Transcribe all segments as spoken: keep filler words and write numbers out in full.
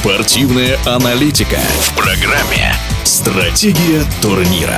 Спортивная аналитика в программе «Стратегия турнира».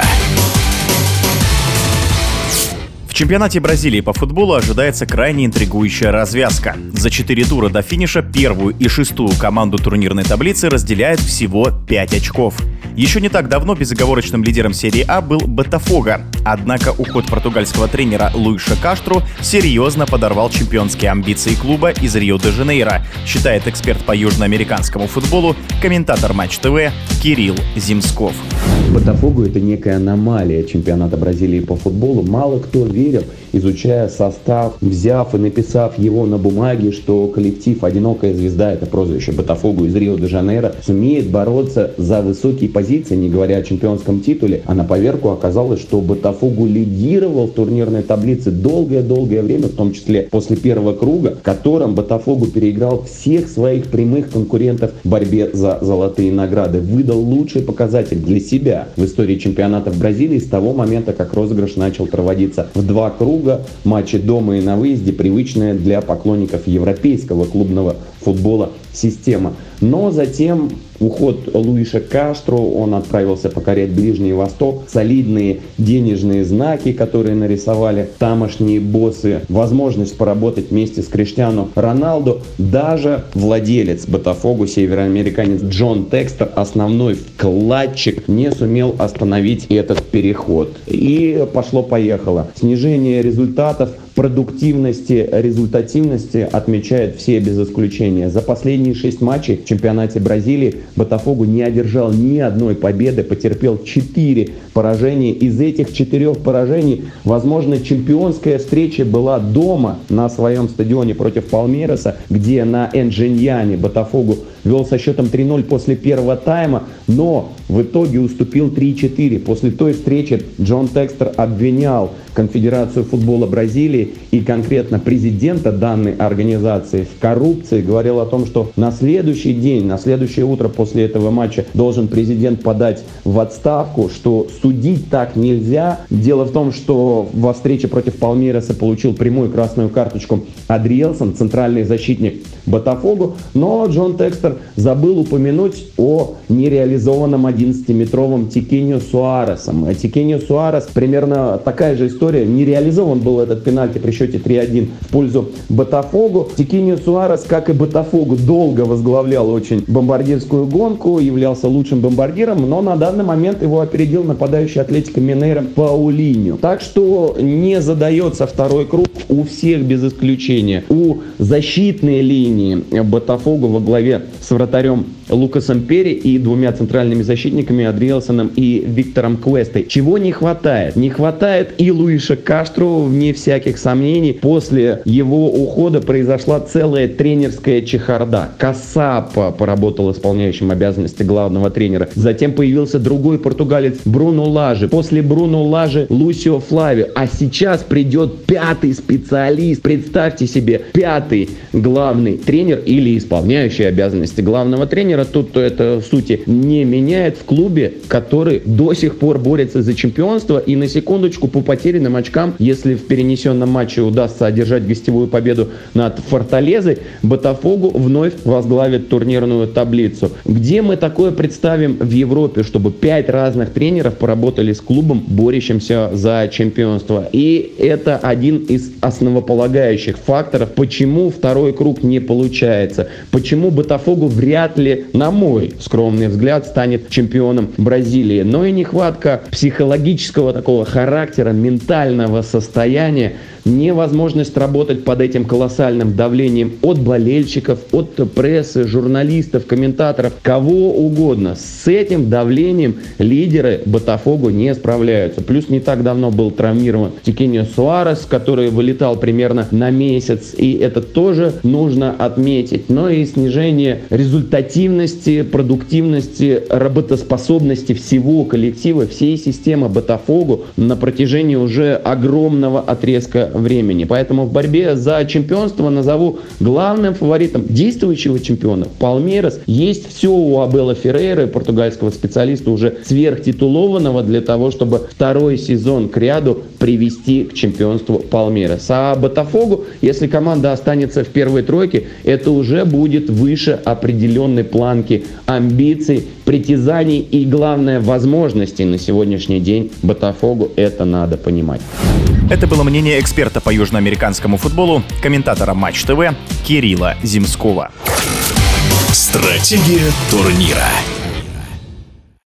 В чемпионате Бразилии по футболу ожидается крайне интригующая развязка. За четыре тура до финиша первую и шестую команду турнирной таблицы разделяет всего пять очков. Еще не так давно безоговорочным лидером серии А был Ботафого. Однако уход португальского тренера Луиша Каштру серьезно подорвал чемпионские амбиции клуба из Рио-де-Жанейро, считает эксперт по южноамериканскому футболу, комментатор Матч ТВ Кирилл Земсков. Ботафого — это некая аномалия чемпионата Бразилии по футболу. Мало кто верил, изучая состав, взяв и написав его на бумаге, что коллектив «Одинокая звезда» — это прозвище Ботафого из Рио-де-Жанейро, сумеет бороться за высокие позиции, не говоря о чемпионском титуле. А на поверку оказалось, что Ботафого лидировал в турнирной таблице долгое-долгое время, в том числе после первого круга, в котором Ботафого переиграл всех своих прямых конкурентов в борьбе за золотые награды. Выдал лучший показатель для себя в истории чемпионата в Бразилии с того момента, как розыгрыш начал проводиться в два круга, матчи дома и на выезде, привычная для поклонников европейского клубного футбола система. Но затем уход Луиша Каштру, он отправился покорять Ближний Восток, солидные денежные знаки, которые нарисовали тамошние боссы, возможность поработать вместе с Криштиану Роналду. Даже владелец Ботафого, североамериканец Джон Текстер, основной вкладчик, не сумел остановить этот переход. И пошло-поехало. Снижение результатов, продуктивности, результативности отмечают все без исключения. За последние шесть матчей в чемпионате Бразилии Ботафого не одержал ни одной победы, потерпел четыре поражения. Из этих четырех поражений, возможно, чемпионская встреча была дома на своем стадионе против Палмейраса, где на Энженьяне Ботафого вел со счетом три ноль после первого тайма, но в итоге уступил три четыре. После той встречи Джон Текстер обвинял Конфедерацию футбола Бразилии и конкретно президента данной организации в коррупции. Говорил о том, что на следующий день, на следующее утро после этого матча должен президент подать в отставку, что судить так нельзя. Дело в том, что во встрече против Палмейраса получил прямую красную карточку Адриэлсон, центральный защитник Ботафого, но Джон Текстер забыл упомянуть о нереализованном одиннадцатиметровом Тикиньо Суаресом. Тикиньо Суарес, примерно такая же история, не реализован был этот пенальти при счете три один в пользу Ботафого. Тикиньо Суарес, как и Ботафого, долго возглавлял очень бомбардирскую гонку, являлся лучшим бомбардиром, но на данный момент его опередил нападающий Атлетико Минейро Паулиньо. Так что не задается второй круг у всех без исключения. У защитной линии Ботафого во главе с вратарем Лукасом Перри и двумя центральными защитниками Адриэлсоном и Виктором Квестой. Чего не хватает? Не хватает и Луиша Каштру, вне всяких сомнений. После его ухода произошла целая тренерская чехарда. Касапа поработал исполняющим обязанности главного тренера. Затем появился другой португалец Бруно Лажи. После Бруно Лажи Лусио Флавио. А сейчас придет пятый специалист. Представьте себе, пятый главный тренер или исполняющий обязанности главного тренера. Тут это в сути не меняет в клубе, который до сих пор борется за чемпионство. И на секундочку, по потерянным очкам, если в перенесенном матче удастся одержать гостевую победу над Форталезой, Ботафого вновь возглавит турнирную таблицу. Где мы такое представим в Европе, чтобы пять разных тренеров поработали с клубом, борющимся за чемпионство? И это один из основополагающих факторов, почему второй круг не получается, почему Ботафого вряд ли, на мой скромный взгляд, станет чемпионом Бразилии. Но и нехватка психологического такого характера, ментального состояния, невозможность работать под этим колоссальным давлением от болельщиков, от прессы, журналистов, комментаторов, кого угодно. С этим давлением лидеры Ботафого не справляются. Плюс не так давно был травмирован Тикиньо Суарес, который вылетал примерно на месяц, и это тоже нужно отметить. Но и снижение результативности, продуктивности, работоспособности всего коллектива, всей системы Ботафого на протяжении уже огромного отрезка времени. Поэтому в борьбе за чемпионство назову главным фаворитом действующего чемпиона Палмейрас. Есть все у Абела Феррейры, португальского специалиста, уже сверхтитулованного для того, чтобы второй сезон к ряду привести к чемпионству Палмейрас. А Ботафогу, если команда останется в первой тройке, это уже будет выше определенной планки амбиций, притязаний и, главное, возможностей на сегодняшний день Ботафогу. Это надо понимать. Это было мнение эксперта по южноамериканскому футболу, комментатора Матч ТВ Кирилла Земского. Стратегия турнира.